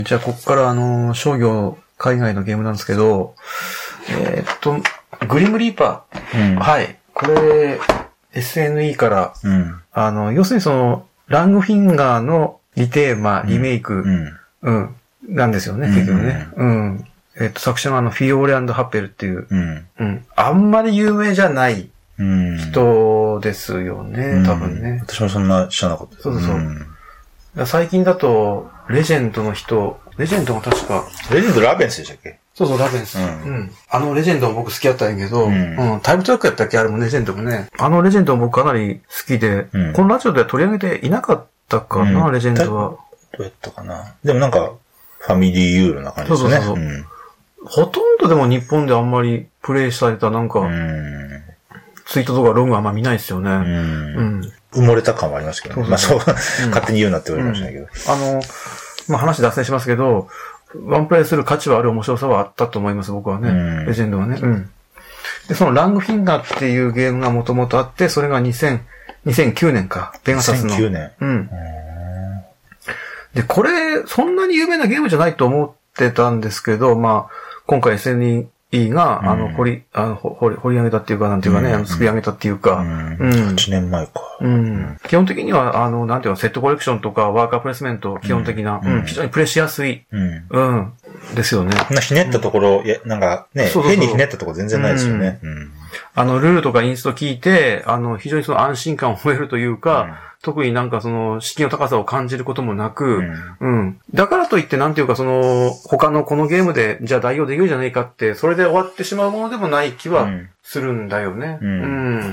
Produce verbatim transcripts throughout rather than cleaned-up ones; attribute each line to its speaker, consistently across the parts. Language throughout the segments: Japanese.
Speaker 1: じゃあ、ここからあの、商業、海外のゲームなんですけど、えー、っと、グリムリーパー。うん、はい。これ、エスエヌイー から、うん、あの、要するにその、ラングフィンガーのリテーマ、リメイク、うん、うん、なんですよね、結局ね。うん。うん、えー、っと、作者はあの、フィオーレ&ハッペルっていう、うん、うん。あんまり有名じゃない人ですよね、うん、多分ね。
Speaker 2: 私もそんな知らなかったです。
Speaker 1: そうそうそう。うん、最近だと、レジェンドの人、レジェンドが確か。
Speaker 2: レジェンドラベンスでしたっけ？
Speaker 1: そうそう、ラベンス。うん。うん、あのレジェンドも僕好きだったんやけど、うん、うん。タイムトラックやったっけあれもレジェンドもね。あのレジェンドも僕かなり好きで、うん、このラジオでは取り上げていなかったかな、うん、レジェンドは。
Speaker 2: どうやったかな。でもなんか、ファミリーユーロな感じですね。そうそうそう。うん、
Speaker 1: ほとんどでも日本であんまりプレイされたなんか、うん、ツイートとかログはあんま見ないですよね。うん。
Speaker 2: うん、埋もれた感はありますけどね。そうそうまあそう、うん、勝手に言うなって言われましたけど。うん、
Speaker 1: あの、まあ、話脱線しますけど、ワンプレイする価値はある面白さはあったと思います、僕はね。うん、レジェンドはね。うん。で、そのラングフィンガーっていうゲームがもともとあって、それがにせん、にせんきゅうねんか。ペガサスの。
Speaker 2: にせんきゅうねん。
Speaker 1: うん。で、これ、そんなに有名なゲームじゃないと思ってたんですけど、まあ、今回 エスエヌイー が、うん、あの、掘り、あの、掘り、掘り上げたっていうか、なんていうかね、うん、作り上げたっていうか、うん。
Speaker 2: うん、はちねんまえか。
Speaker 1: うん。基本的には、あの、なんていうか、セットコレクションとか、ワーカープレイスメント、基本的な、うん、うん、非常にプレイしやすい、うん。うん。ですよね。
Speaker 2: ひねったところ、うん、いや、なんかね、そうそうそう変にひねったところ全然ないですよね。うん。うん、
Speaker 1: あの、ルールとかインスト聞いて、あの、非常にその安心感を覚えるというか、うん特になんかその、敷居の高さを感じることもなく、うん、うん。だからといってなんていうかその、他のこのゲームで、じゃあ代用できるじゃないかって、それで終わってしまうものでもない気はするんだよね。うん。うん、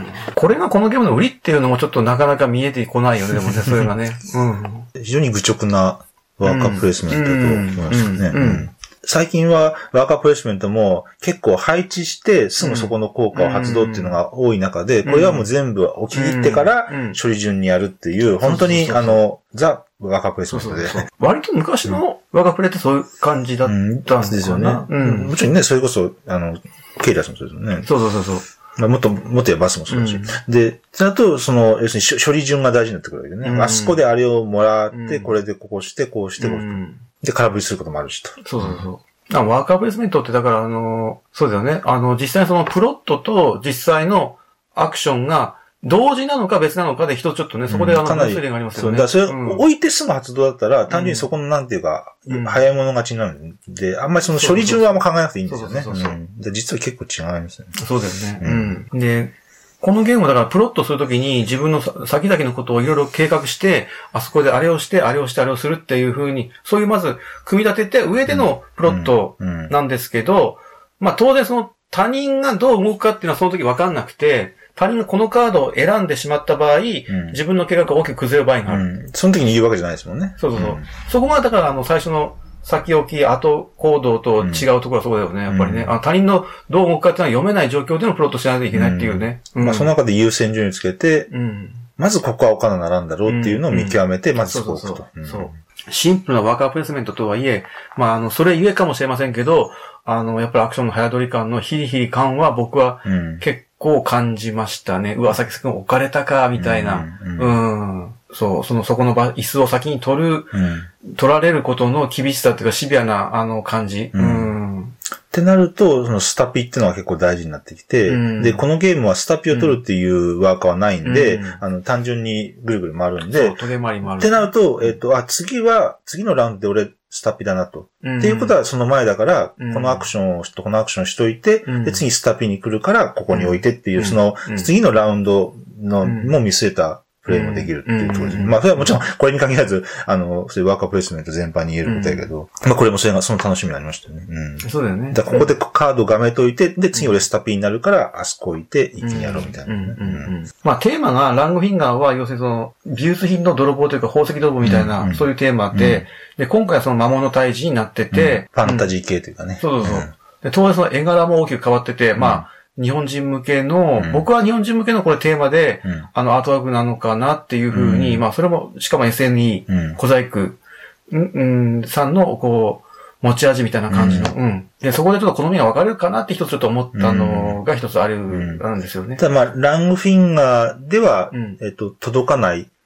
Speaker 1: これがこのゲームの売りっていうのもちょっとなかなか見えてこないよね、でもね、それがね。うん。
Speaker 2: 非常に愚直なワーカープレイスメントだと思いますね。うん。うんうん最近はワーカープレイスメントも結構配置してすぐそこの効果を発動っていうのが多い中で、これはもう全部置き切ってから処理順にやるっていう、本当にあの、ザ・ワーカープレイスメントで。そうそうそう
Speaker 1: 割と昔のワーカープレイってそういう感じだったんですよね。
Speaker 2: うん。もちろんね、それこそ、あの、ケイラスもそうですよね。
Speaker 1: そうそうそうそう。
Speaker 2: まあ、もっと、もっと言えばバスもそうだし。うん、で、その後、その、要するに処理順が大事になってくるわけでね。うん、あそこであれをもらって、うん、これでこうして、こうして、こうして、うん、で、空振りすることもあるしと。
Speaker 1: そうそうそう。ワーカープレイスメントってだからあの、そうだよね。あの、実際そのプロットと実際のアクションが同時なのか別なのかで一つちょっとね、そこであの、分水嶺がありますよね。
Speaker 2: そう、だからそれ、置いてすぐ発動だったら、単純にそこのなんていうか、早い者勝ちになるんで、あんまりその処理順はあんま考えなくていいんですよね。そうそうそう。で実は結構違いますよね。
Speaker 1: そうですね。うん。で、このゲームだからプロットするときに自分の先々のことをいろいろ計画して、あそこであれをして、あれをして、あれをするっていう風に、そういうまず組み立てて上でのプロットなんですけど、まあ当然その他人がどう動くかっていうのはその時わかんなくて、他人がこのカードを選んでしまった場合、うん、自分の計画が大きく崩れる場合がある、うん。
Speaker 2: その時に言うわけじゃないですもんね。
Speaker 1: そうそうそう。うん、そこがだからあの最初の先置き、後行動と違うところはそうだよね、やっぱりね。うん、あ他人のどう動くかっていうのは読めない状況でのプロットしないといけないっていうね。
Speaker 2: うんうん、まあその中で優先順位つけて、うん、まずここは置かなならんだろうっていうのを見極めて、まずそこを置くと。
Speaker 1: そう。シンプルなワーカープレイスメントとはいえ、まああの、それゆえかもしれませんけど、あの、やっぱりアクションの早取り感のヒリヒリ感は僕は結構感じましたね。うん、うわ、先々置かれたか、みたいな。うん、うんうんそう、その、そこの場、椅子を先に取る、うん、取られることの厳しさっていうかシビアな、あの、感じ。うん。うん、
Speaker 2: ってなると、そのスタピっていうのが結構大事になってきて、うん、で、このゲームはスタピを取るっていうワーカーはないんで、うん、あの、単純にぐるぐる回るんで、
Speaker 1: そう、トゲ回り回る。
Speaker 2: ってなると、えっと、あ、次は、次のラウンドで俺、スタピだなと。うん、っていうことはその前だから、うん、このアクションをとこのアクションしといて、うん、で、次スタピに来るから、ここに置いてっていう、うん、その、次のラウンドの、も見据えた、プレイもできるっていうところです。うん、まあ、それはもちろん、これに限らず、あの、そういうワーカープレイスメント全般に言えることやけど、うん、まあ、これもそれが、その楽しみになりましたよね。うん。
Speaker 1: そうだよね。
Speaker 2: だからここでカードをがめといて、で、次俺スタピになるから、あそこ置いて、一気にやろうみたいな、ね。うん。うんうん、
Speaker 1: まあ、テーマが、ラングフィンガーは、要するにその、美術品の泥棒というか、宝石泥棒みたいな、うんうん、そういうテーマで、うん、で、今回はその魔物退治になってて、
Speaker 2: うん、ファンタジー系というかね。
Speaker 1: そうそうそう。うん、で、当然その絵柄も大きく変わってて、まあ、日本人向けの、うん、僕は日本人向けのこれテーマで、うん、あのアートワークなのかなっていうふうに、うん、まあそれも、しかも エスエヌイー、うん、小細工、うん、さんのこう、持ち味みたいな感じの、うん、うん。で、そこでちょっと好みが分かれるかなって一つちょっと思ったのが一つある、うん、あるんですよね。
Speaker 2: ただまあ、ラングフィンガーでは、うん、えっと、届かない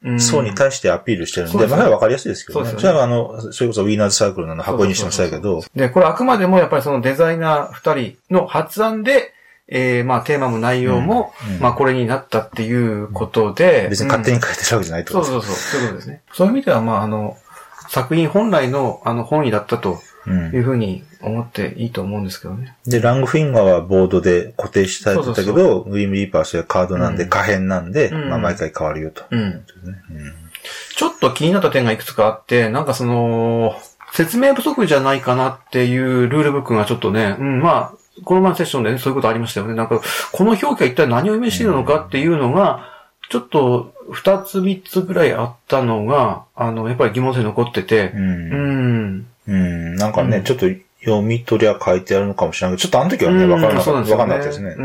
Speaker 2: 層に対してアピールしてるんで、まあわかりやすいですけどね。それはあの、それこそウィーナーズサークルの箱にしてましたけど。
Speaker 1: で、これあくまでもやっぱりそのデザイナー二人の発案で、えー、まあテーマも内容も、うんうん、まあこれになったっていうことで。
Speaker 2: 別に勝手に書いてるわけじゃないってことですか、
Speaker 1: うん、そうそうそう、そういうことですね。そういう意味ではまああの、作品本来のあの本意だったというふうに思っていいと思うんですけどね。
Speaker 2: で、ラングフィンガーはボードで固定してたけど、そうそうそう、グリムリーパーはそれカードなんで、うん、可変なんで、うん、まあ毎回変わるよと、うんうん。
Speaker 1: ちょっと気になった点がいくつかあって、なんかその、説明不足じゃないかなっていうルールブックがちょっとね、うん、まあ、この前のセッションでね、そういうことありましたよね。なんか、この表記は一体何を意味しているのかっていうのが、ちょっと二つ三つぐらいあったのが、あの、やっぱり疑問点残ってて、うん。
Speaker 2: うん。うん、なんかね、うん、ちょっと読み取りは書いてあるのかもしれないけど、ちょっとあの時はね、わからなかった。わ、ね、かんなかったですね。
Speaker 1: うん。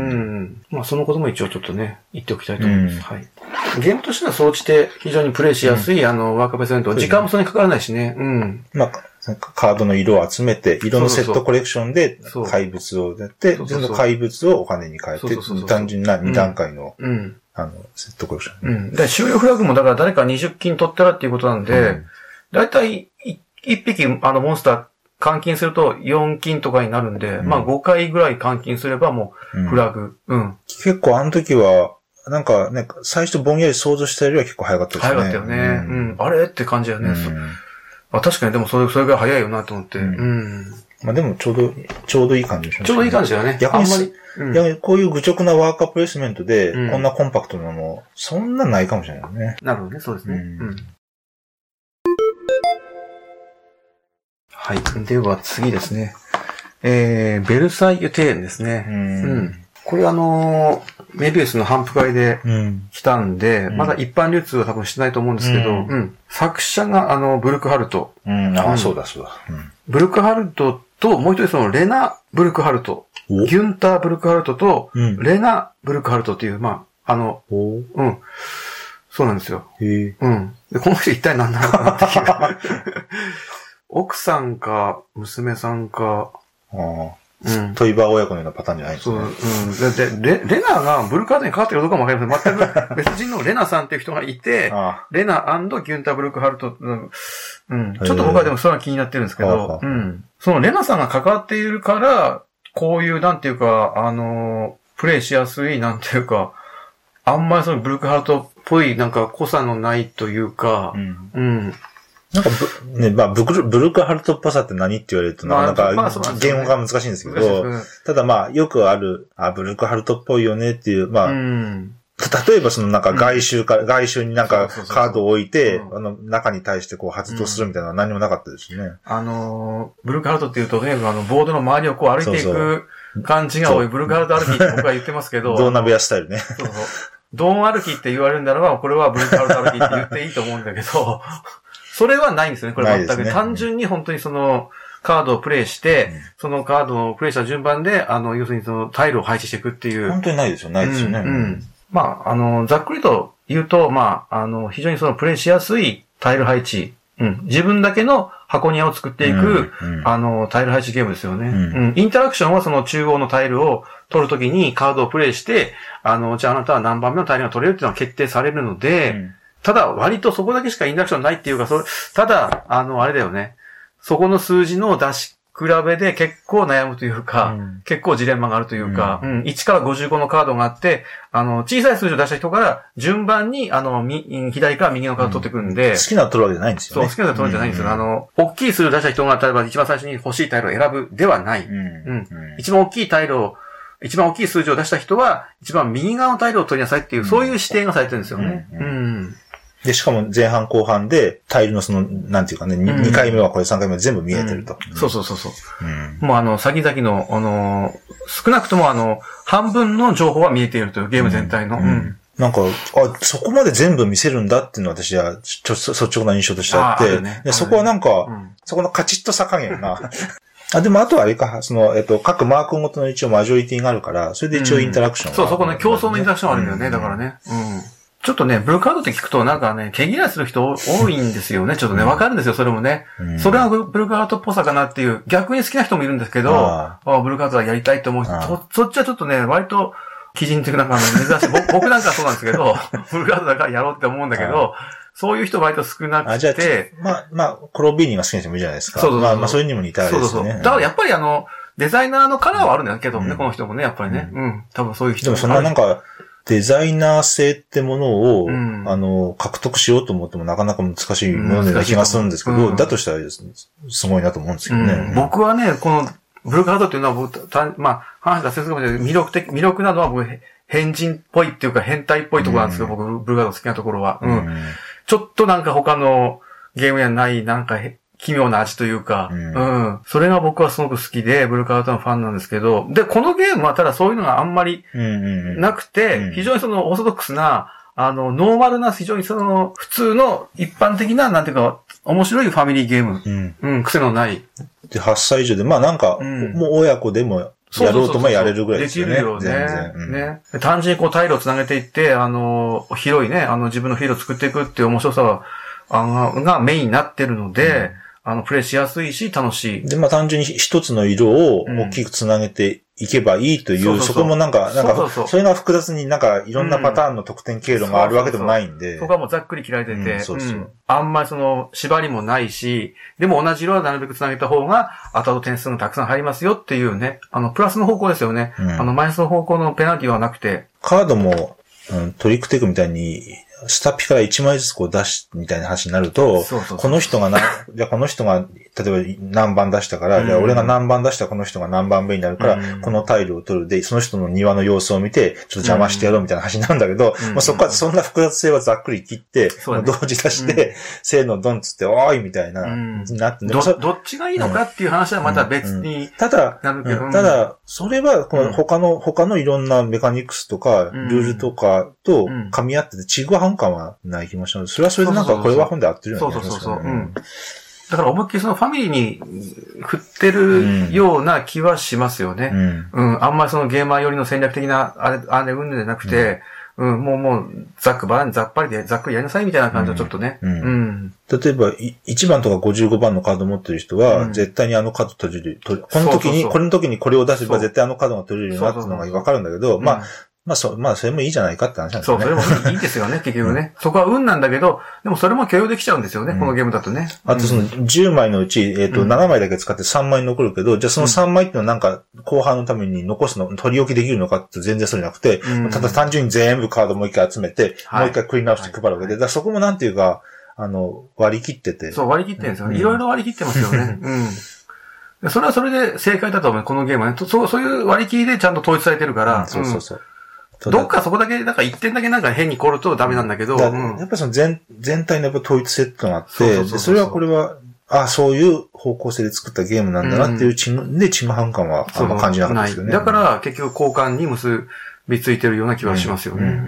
Speaker 1: まあ、そのことも一応ちょっとね、言っておきたいと思います。うん、はい。ゲームとしては総じて非常にプレイしやすい、うん、あの、ワーカーベースイベント。時間もそんなにかからないしね。うん。
Speaker 2: まあ、カードの色を集めて、色のセットコレクションで怪物をやって、その怪物をお金に変えて、単純なに段階の、うん、あの、セットコレクション。
Speaker 1: うん。で、終了フラグもだから誰かにじゅっきん取ったらっていうことなんで、うん、だいたいいっぴきあのモンスター換金するとよんきんとかになるんで、うん、まあごかいぐらい換金すればもうフラグ。うん。うん、
Speaker 2: 結構あの時は、なんかね、最初ぼんやり想像したよりは結構早かったですね。
Speaker 1: 早かったよね。うん。うん、あれって感じだよね。うんあ確かにでもそれ、それが早いよなと思って。うん。うん、
Speaker 2: まあでもちょうど、ちょうどいい感じでしょ、ね。
Speaker 1: ちょうどいい感じだよね。
Speaker 2: 逆に、あんまり、うん、逆にこういう愚直なワーカープレイスメントで、うん、こんなコンパクトなの、そんなないかもしれないね。
Speaker 1: なるほどね、そうですね。うん。うん、はい。では次ですね。えー、ベルサイユ庭園ですね。うん。うんこれあのー、メビウスの反復会で来たんで、うん、まだ一般流通は多分してないと思うんですけど、うんうん、作者があの、ブルクハルト。
Speaker 2: うん、ああ、うん、そうだそうだ、うん。
Speaker 1: ブルクハルトと、もう一人そのレナ・ブルクハルト。ギュンター・ブルクハルトと、うん、レナ・ブルクハルトっていう、まあ、あの、うん。そうなんですよ。へうん。で、この人一体何なのかなっていう。奥さんか、娘さんか、
Speaker 2: ああうん。トイバー親子のようなパターンじゃないですね。
Speaker 1: そう、うん。で、レ、レナがブルカードにかかってるかどうかもわかりません。全く別人のレナさんっていう人がいて、ああレナ&ギュンター・ブルクハルト、うん。ちょっと僕はでもそれは気になってるんですけど、うん。そのレナさんが関わっているから、こういう、なんていうか、あの、プレイしやすい、なんていうか、あんまりそのブルクハルトっぽい、なんか濃さのないというか、うん。うん
Speaker 2: なんかぶ、ね、まあ、ブル、ブルクハルトっぽさって何って言われると、なかなか、言語が難しいんですけど、ただまあ、よくある、あ、ブルクハルトっぽいよねっていう、まあ、うん、例えばそのなんか外周か、うん、外周になんかカードを置いて、あの、中に対してこう発動するみたいなのは何もなかったですね。
Speaker 1: あの、ブルクハルトっていうと、とにかくあの、ボードの周りをこう歩いていく感じが多い、ブルクハルト歩きって僕は言ってますけど。
Speaker 2: ドーナベアスタイルね。そうそう。
Speaker 1: ドーン歩きって言われるんだらば、これはブルクハルト歩きって言っていいと思うんだけど、それはないんですよね、これ全く。ね、単純に本当にその、カードをプレイして、うん、そのカードをプレイした順番で、あの、要するにそのタイルを配置していくっていう。
Speaker 2: 本当にないですよ、ないですよね。
Speaker 1: うん。うん、まあ、あの、ざっくりと言うと、まあ、あの、非常にそのプレイしやすいタイル配置。うん。自分だけの箱庭を作っていく、うんうん、あの、タイル配置ゲームですよね。うん。うん、インタラクションはその中央のタイルを取るときにカードをプレイして、あの、じゃああなたは何番目のタイルが取れるっていうのが決定されるので、うんただ、割とそこだけしかインタラクションないっていうか、それ、ただ、あの、あれだよね。そこの数字の出し比べで結構悩むというか、うん、結構ジレンマがあるというか、うん、うん、いちからごじゅうごのカードがあって、あの、小さい数字を出した人から順番に、あの、み、左から右のカードを取ってくるんで、うん、
Speaker 2: 好きなの取るわけじゃないんですよね。
Speaker 1: そう、好きなの取るわけじゃないんですよ。うん、あの、大きい数字を出した人が、例えば一番最初に欲しいタイルを選ぶではない。うん。うん。一番大きいタイルを、一番大きい数字を出した人は、一番右側のタイルを取りなさいっていう、そういう指定がされてるんですよね。うん。うん
Speaker 2: で、しかも前半後半でタイルのその、なんていうかね、うん、にかいめはこれさんかいめは全部見えてると。
Speaker 1: うん、そうそうそうそう。うん、もうあの、先々の、あの、少なくともあの、半分の情報は見えているというゲーム全体の。うんうん、
Speaker 2: なんか、あ、そこまで全部見せるんだっていうのは私は、ちょ、率直な印象としてあって、あね、でそこはなんか、うん、そこのカチッとさ加減が、あ、でもあとはあれか、その、えっと、各マークごとの一応マジョリティがあるから、それで一応インタラクション、
Speaker 1: うん、そう、そこの競争のインタラクションあるんだよね、うん、だからね。うんちょっとね、ブルーカードって聞くとなんかね、毛嫌いする人多いんですよね。ちょっとね、わかるんですよ、それもね。うん、それはブルーカードっぽさかなっていう、逆に好きな人もいるんですけど、ああブルーカードはやりたいと思う人、そ、そっちはちょっとね、割と、基人的な感じ珍しい。僕なんかはそうなんですけど、ブルーカードだからやろうって思うんだけど、 そういう人割と少なくて。
Speaker 2: あ、じゃあ、まあ、まあ、コロビーニが好きな人もいるじゃないですか。そうそうそう。まあ、まあ、そういうにも似たあれですね。そうそうそう。
Speaker 1: だからやっぱりあの、デザイナーのカラーはあるんだけどね、うん、この人もね、やっぱりね。うん。うん、多分そういう人
Speaker 2: も。でもそんななんか、デザイナー性ってものを、うん、あの、獲得しようと思ってもなかなか難しいものな気がするんですけど、うん、だとしたらですね、すごいなと思うんですけどね。
Speaker 1: うん、僕はね、この、ブルーカードっていうのは僕、まあ、話が説明する魅力的、魅力なのは僕、変人っぽいっていうか変態っぽいところなんですよ、うん、僕、ブルーカード好きなところは。うん。うん、ちょっとなんか他のゲームにはない、なんか、奇妙な味というか、うん、うん。それが僕はすごく好きで、ブルーカートのファンなんですけど、で、このゲームはただそういうのがあんまりなくて、うんうんうん、非常にそのオーソドックスな、あの、ノーマルな、非常にその、普通の一般的な、なんていうか、面白いファミリーゲーム。うん。うん、癖のない。
Speaker 2: で、はっさい以上で、まあなんか、うん、もう親子でも、やろうともやれるぐらいですよね。できるよね。全然。うん、ね。
Speaker 1: 単純にこう、タイルを繋げていって、あの、広いね、あの、自分のフィールドを作っていくっていう面白さは、あがメインになってるので、うんあの、プレイしやすいし、楽しい。
Speaker 2: で、まあ単純に一つの色を大きくつなげていけばいいという、うん、そこもなんか、なんか、そうそうそうそれが複雑になんかいろんなパターンの得点経路があるわけでもないんで。
Speaker 1: そこはもうざっくり切られてて、うんそうそううん、あんまりその縛りもないし、でも同じ色はなるべくつなげた方が、後々点数がたくさん入りますよっていうね、あの、プラスの方向ですよね。うん、あの、マイナスの方向のペナルティはなくて。
Speaker 2: カードも、うん、トリックテイクみたいに、スタピからいちまいずつこう出し、みたいな話になると、そうそうそうこの人がな、じゃあこの人が、例えば何番出したから、うん、じゃあ俺が何番出したらこの人が何番目になるから、うん、このタイルを取るで、その人の庭の様子を見て、ちょっと邪魔してやろうみたいな話になるんだけど、うん、まあ、そこはそんな複雑性はざっくり切って、うん、同時出して、うん、せーのドンつって、おーいみたいな、うん、なって
Speaker 1: ど、どっちがいいのかっていう話はまた別に、うんうん、
Speaker 2: ただ、ただ、それは、この他の、他のいろんなメカニクスとか、ルールとかと噛み合ってて、ちぐはん感はない気もしたので、それはそれでなんかこれは本で合ってるよね。
Speaker 1: そうそうそうそう。うん。だから思いっきりそのファミリーに振ってるような気はしますよね。うん。うん、あんまりそのゲーマー寄りの戦略的なあれ、あれうんじゃなくて、うん、うん、もうもう、ざっくばらん、ざっぱりでざっくりやりなさいみたいな感じはちょっとね。うん。うん、
Speaker 2: 例えば、いちばんとかごじゅうごばんのカード持ってる人は、うん、絶対にあのカード取れる。この時に、そうそうそうこの時にこれを出せば絶対あのカードが取れるよなっていうのがわかるんだけど、まあ、まあ、そう、まあ、それもいいじゃないかって話なんですよね。
Speaker 1: そう、それもいいですよね、結局ね。うん、そこは運なんだけど、でもそれも許容できちゃうんですよね、うん、このゲームだとね。
Speaker 2: あとそのじゅうまいのうち、えっと、ななまいだけ使ってさんまい残るけど、じゃあそのさんまいっていうのはなんか、後半のために残すの、取り置きできるのかって全然それなくて、うん、ただ単純に全部カードもう一回集めて、はい、もう一回繰り直して配るわけで、だからそこもなんていうか、あの、割り切ってて。
Speaker 1: そう、割り切ってるんですよね。いろいろ割り切ってますよね。うん。それはそれで正解だと思う、このゲームはね。そう、そういう割り切りでちゃんと統一されてるから。うん、
Speaker 2: そうそうそう。
Speaker 1: どっかそこだけ、なんか一点だけなんか変に凝るとダメなんだけど。
Speaker 2: うん、やっぱりその全、全体のやっぱ統一セットがあって、それはこれは、あそういう方向性で作ったゲームなんだなっていうチーム、うん、で、チーム反感はあんま感じなかったですよね。
Speaker 1: だから結局交換に結びついてるような気はしますよね。うんうんうん、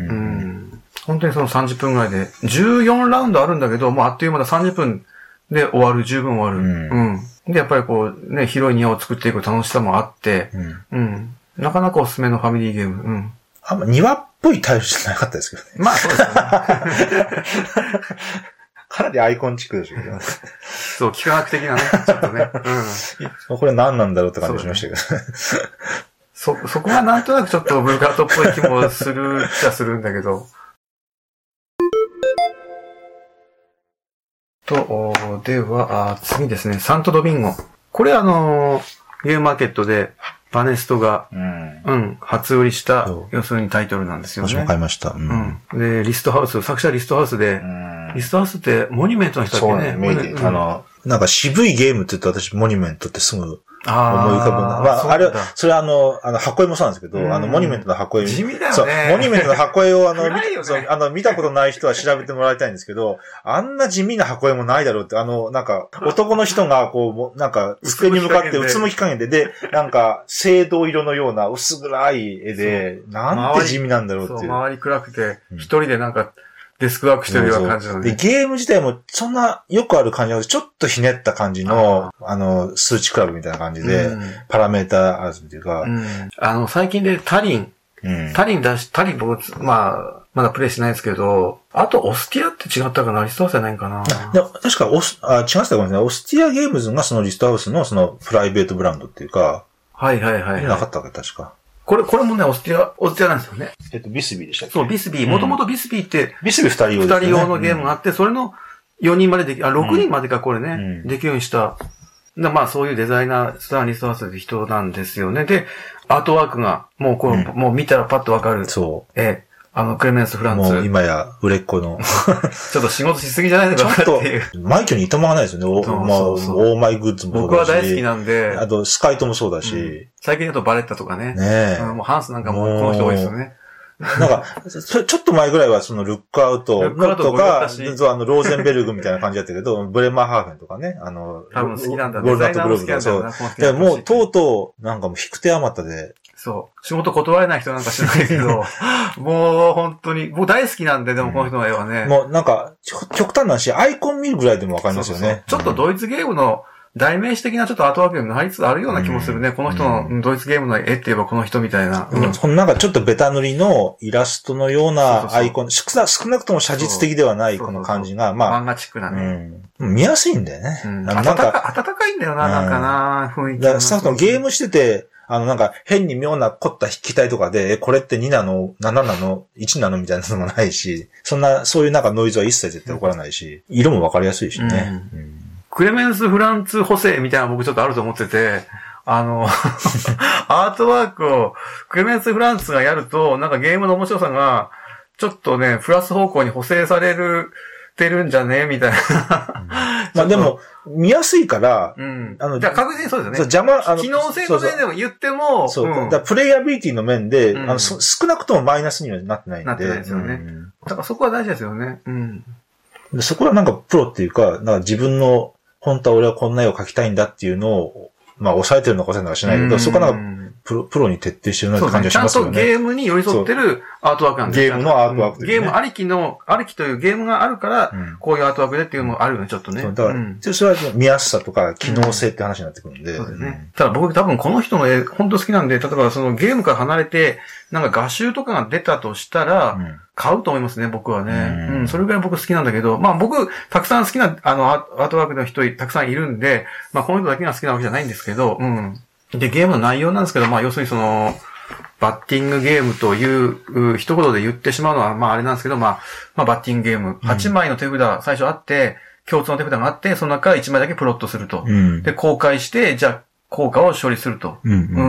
Speaker 1: 本当にそのさんじゅっぷんぐらいで、じゅうよんラウンドあるんだけど、もうあっという間ださんじゅっぷんで終わる、十分終わる。うん。うん、で、やっぱりこう、ね、広い庭を作っていく楽しさもあって、うん。うん、なかなかおすすめのファミリーゲーム。うん。
Speaker 2: あんま庭っぽいタイルじゃなかったですけどね。
Speaker 1: まあそうですね。
Speaker 2: かなりアイコンチックでしょうけど。
Speaker 1: そう、幾何学的なね、ちょっとね。
Speaker 2: うん。これ何なんだろうって感じしましたけど。
Speaker 1: そ、そこがなんとなくちょっとブルーカートっぽい気もするっちゃするんだけど。と、では、次ですね、サントドミンゴ。これあの、ゲームマーケットで、バネストが、うん、うん、初売りした、要するにタイトルなんですよね。
Speaker 2: 私も買いました。うん。
Speaker 1: うん、で、リストハウス、作者リストハウスで、うん、リストハウスってモニュメントの人だっけね。
Speaker 2: そうね、うん、あの、なんか渋いゲームって言うと私、モニュメントってすぐ思い浮かぶんだ。まあ、あれ、それはあの、あの、箱絵もそうなんですけど、うん、あの、モニュメントの箱絵。
Speaker 1: 地味だよね。
Speaker 2: そう、モニュメントの箱絵をあの、ね、そうあの、見たことない人は調べてもらいたいんですけど、あんな地味な箱絵もないだろうって、あの、なんか、男の人がこう、なんか、机に向かってうつむき加減で、で、なんか、青銅色のような薄暗い絵で、なんて地味なんだろうっていう。そう、
Speaker 1: 周り暗くて、一人でなんか、デスクワークしてるような感じなの
Speaker 2: で、ゲーム自体もそんなよくある感じなので、ちょっとひねった感じの、あ, あの、数値クラブみたいな感じで、うん、パラメーター争いっていうか、うん、
Speaker 1: あの、最近でタリン、うん、タリン出し、タリン僕、まあ、まだプレイしてないですけど、あとオスティアって違ったかなリストハウスじゃないかな
Speaker 2: でも確かオス、あ、違ったかもしれない。オスティアゲームズがそのリストハウスのそのプライベートブランドっていうか、
Speaker 1: はいはいはい、はい。
Speaker 2: なかったわけ確か。
Speaker 1: これ、これもね、オスティア、オスティアなんですよね。
Speaker 2: えっと、ビスビーでしたっけ？
Speaker 1: そう、ビスビー。もともとビスビーって、
Speaker 2: ビスビー二人用ですね。
Speaker 1: 二人用のゲームがあって、それのよにんまででき、あ、ろくにんまでか、これね、うん、できるようにした。まあ、そういうデザイナー、スターニストワースという人なんですよね。で、アートワークが、もうこう、うん、もう見たらパッとわかる。
Speaker 2: そう。
Speaker 1: ええ。あの、クレメンス・フランツ。
Speaker 2: もう今や売れっ子の。
Speaker 1: ちょっと仕事しすぎじゃないのかなっていう。
Speaker 2: ちょっと、マイケルにいとまがないですよね。そうそうそうまあ、オーマイグッズもそうだし。
Speaker 1: 僕は大好きなんで。
Speaker 2: あと、スカイトもそうだし。うん、
Speaker 1: 最近だとバレッタとかね。
Speaker 2: ねえ、
Speaker 1: うん。もうハンスなんかもこの人多いですよね。
Speaker 2: なんか、ちょっと前ぐらいはそのルックアウトとか、あの、ローゼンベルグみたいな感じだったけど、ブレマーハーフェンとかね、あの、
Speaker 1: 多分好きなんだね。
Speaker 2: ゴールナットグローブとかそう。でもう、とうとう、なんかもう引く手あまったで。
Speaker 1: そう。仕事断れない人なんか知らないけど、もう本当に、僕大好きなんで、でもこの人の絵はね。
Speaker 2: うん、もうなんか、極端な話、アイコン見るぐらいでもわかりますよね。そうそうそう
Speaker 1: ちょっとドイツゲームの、代名詞的なちょっとアートワークになりつつあるような気もするね。うん、この人のドイツゲームの絵って言えばこの人みたいな。
Speaker 2: うん。そのなんかちょっとベタ塗りのイラストのようなアイコン、そうそうそう少なくとも写実的ではないこの感じが、まあ。
Speaker 1: 漫画チックなね、
Speaker 2: うん。見やすいんだよね。
Speaker 1: うん、なんか暖かいんだよな、なんかな、雰囲気。
Speaker 2: だから少なくともゲームしてて、あのなんか変に妙な凝った筆記体とかで、え、これってになの、なななの、いちなのみたいなのもないし、そんな、そういうなんかノイズは一切絶対起こらないし、色もわかりやすいしね。
Speaker 1: うんうんクレメンス・フランツ補正みたいなの僕ちょっとあると思ってて、あの、アートワークをクレメンス・フランツがやると、なんかゲームの面白さが、ちょっとね、プラス方向に補正される、てるんじゃねみたいな。
Speaker 2: うん、まあでも、見やすいから、
Speaker 1: うん。あの、じゃあ確実にそうですよね。
Speaker 2: そう邪魔、あの、
Speaker 1: 機能性の面でも言っても、
Speaker 2: そうそう。うん、だプレイアビリティの面で、うん、あの少なくともマイナスにはなってないんで。
Speaker 1: なってないですよね。うん、だからそこは大事ですよね。うん。
Speaker 2: でそこはなんかプロっていうか、なんか自分の、本当は俺はこんな絵を描きたいんだっていうのを、まあ抑えてるのか抑えてるのかしないけど、そこはなんかプロ、プロに徹底してるなって感じがしますよね。
Speaker 1: ちゃんとゲームに寄り添ってるアートワークなんです
Speaker 2: よ。ゲームのアートワーク、
Speaker 1: ね、ゲームありきの、ありきというゲームがあるから、うん、こういうアートワークでっていうのもあるよね、ちょっとね。
Speaker 2: そうだから、うん、それは見やすさとか機能性って話になってくるんで。
Speaker 1: うん、そうですね。ただ僕多分この人の絵、本当好きなんで、例えばそのゲームから離れて、なんか画集とかが出たとしたら、うん買うと思いますね、僕はね。うん、うん、それぐらい僕好きなんだけど、まあ僕、たくさん好きな、あの、アートワークの人たくさんいるんで、まあこの人だけが好きなわけじゃないんですけど、うん。で、ゲームの内容なんですけど、まあ要するにその、バッティングゲームという一言で言ってしまうのは、まああれなんですけど、まあ、まあバッティングゲーム。はちまいの手札、最初あって、共通の手札があって、その中からいちまいだけプロットすると。うん、で、公開して、じゃあ、効果を処理すると。うん、うん、